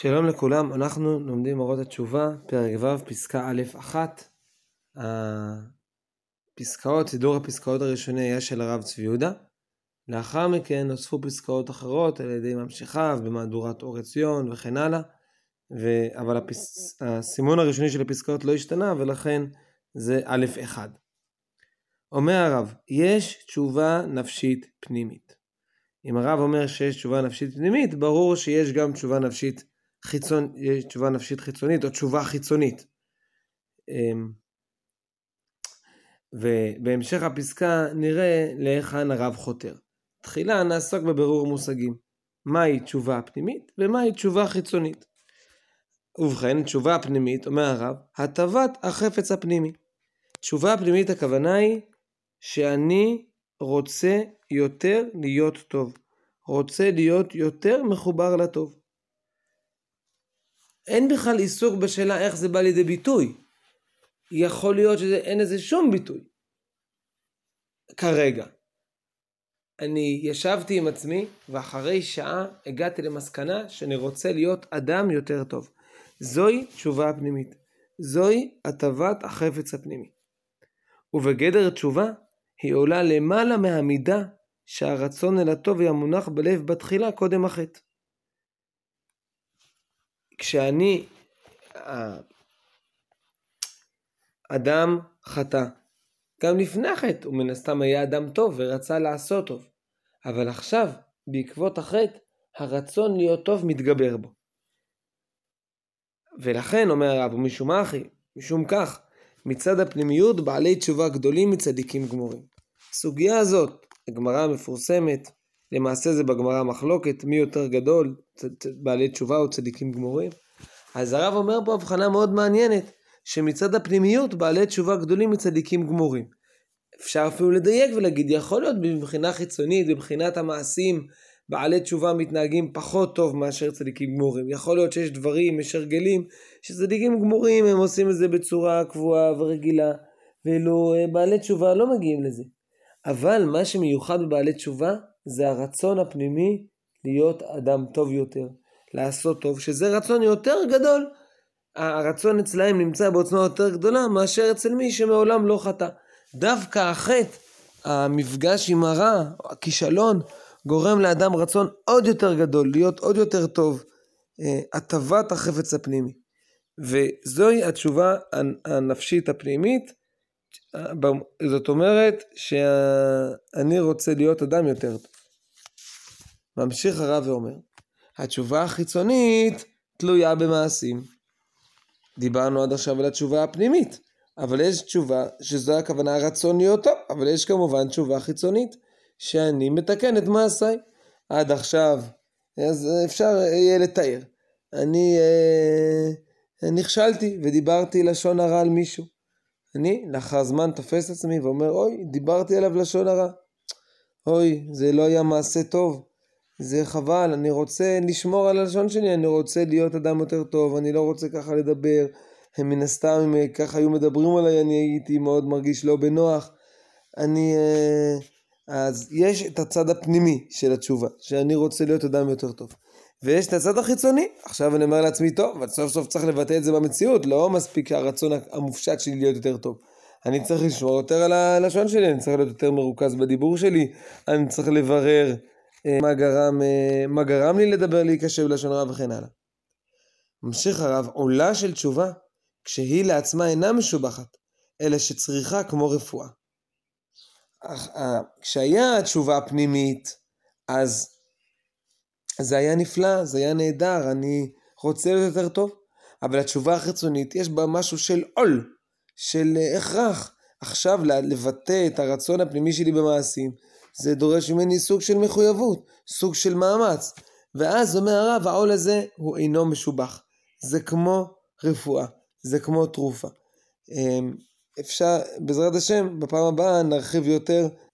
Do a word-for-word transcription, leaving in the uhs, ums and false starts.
שלום לכולם, אנחנו לומדים אורות התשובה, פרק ו', פסקה א' אחת. הפסקאות, סידור הפסקאות הראשוני היה של הרב צבי יהודה. לאחר מכן נוספו פסקאות אחרות על ידי ממשיכיו במהדורת אור עציון וכן הלאה. ו... אבל הפס... הסימון הראשוני של הפסקאות לא השתנה, ולכן זה א' אחד. אומר הרב, יש תשובה נפשית פנימית. אם הרב אומר שיש תשובה נפשית פנימית, ברור שיש גם תשובה נפשית חיצון, יש תשובה נפשית חיצונית או תשובה חיצונית. ובהמשך הפסקה נראה להיכן הרב חותר. תחילה נעסוק בבירור מושגים. מהי תשובה פנימית ומהי תשובה חיצונית. ובכן, תשובה פנימית, אומר הרב, הטבת החפץ הפנימי. תשובה פנימית הכוונה היא שאני רוצה יותר להיות טוב. רוצה להיות יותר מחובר לטוב. אין בכלל עיסוק בשאלה איך זה בא לידי ביטוי. יכול להיות שאין לזה שום ביטוי. כרגע. אני ישבתי עם עצמי, ואחרי שעה הגעתי למסקנה שאני רוצה להיות אדם יותר טוב. זוהי תשובה פנימית. זוהי הטבת החפץ הפנימי. ובגדר תשובה, היא עולה למעלה מהמידה שהרצון אל הטוב היא המונח בלב בתחילה קודם החטא. כשאני אדם חטא, גם לפני החטא הוא מן הסתם היה אדם טוב ורצה לעשות טוב, אבל עכשיו בעקבות החטא הרצון להיות טוב מתגבר בו. ולכן אומר הרב, משום אחי, משום כך, מצד הפנימיות בעלי תשובה גדולים מצדיקים גמורים. הסוגיה הזאת, הגמרא המפורסמת, למעשה זה בגמרא מחלוקת, מי יותר גדול, בעלי תשובה או צדיקים גמורים. אז הרב אומר פה הבחנה מאוד מעניינת, שמצד הפנימיות בעלי תשובה גדולים מצדיקים גמורים. אפשר אפילו לדייק ולהגיד, יכול להיות מבחינה חיצונית, מבחינת המעשים, בעלי תשובה מתנהגים פחות טוב מאשר צדיקים גמורים. יכול להיות שיש דברים, יש הרגלים, שצדיקים גמורים הם עושים את זה בצורה קבועה ורגילה, ואילו בעלי תשובה לא מגיעים לזה. אבל מה שמיוחד בבעלי תשובה, זה הרצון הפנימי להיות אדם טוב יותר, לעשות טוב, שזה רצון יותר גדול. הרצון אצלהם נמצא בעוצמה יותר גדולה מאשר אצל מי שמעולם לא חטא. דווקא החטא, המפגש עם הרע, הכישלון, גורם לאדם רצון עוד יותר גדול, להיות עוד יותר טוב, הטבת החפץ הפנימי. וזוהי התשובה הנפשית הפנימית, זאת אומרת שאני רוצה להיות אדם יותר טוב. ממשיך הרב ואומר, התשובה החיצונית תלויה במעשים. דיברנו עד עכשיו על התשובה הפנימית, אבל יש תשובה שזו הכוונה הרצון להיות טוב, אבל יש כמובן תשובה חיצונית, שאני מתקן את מעשיי. עד עכשיו, אז אפשר יהיה לתאר. אני אה, נכשלתי ודיברתי לשון הרע על מישהו. אני לאחר זמן תופס עצמי ואומר, אוי, דיברתי עליו לשון הרע. אוי, זה לא היה מעשה טוב. זה חבל, אני רוצה לשמור על הלשון שלי, אני רוצה להיות אדם יותר טוב, אני לא רוצה ככה לדבר. הם מן הסתם, אם ככה היו מדברים עליי, אני הייתי מאוד מרגיש לא בנוח. אני, אז יש את הצד הפנימי של התשובה, שאני רוצה להיות אדם יותר טוב. ויש את הצד החיצוני, עכשיו אני אומר לעצמי, טוב, אבל סוף סוף צריך לבטא את זה במציאות, לא מספיק שהרצון המופשט שלי להיות יותר טוב. אני צריך לשמור יותר על הלשון שלי, אני צריך להיות יותר מרוכז בדיבור שלי, אני צריך לברר מה גרם, מה גרם לי לדבר לי קשה בלשון הרע וכן הלאה. ממשיך הרב, עולה של תשובה, כשהיא לעצמה אינה משובחת, אלא שצריכה כמו רפואה. כשהיה התשובה הפנימית, אז זה היה נפלא, זה היה נהדר, אני רוצה להיות יותר טוב. אבל התשובה החיצונית, יש בה משהו של עול, של הכרח. עכשיו לבטא את הרצון הפנימי שלי במעשים, זה דורש ממני סוג של מחויבות, סוג של מאמץ. ואז אומר הרב, העול הזה הוא אינו משובח. זה כמו רפואה, זה כמו תרופה. אפשר, בעזרת השם, בפעם הבאה נרחיב יותר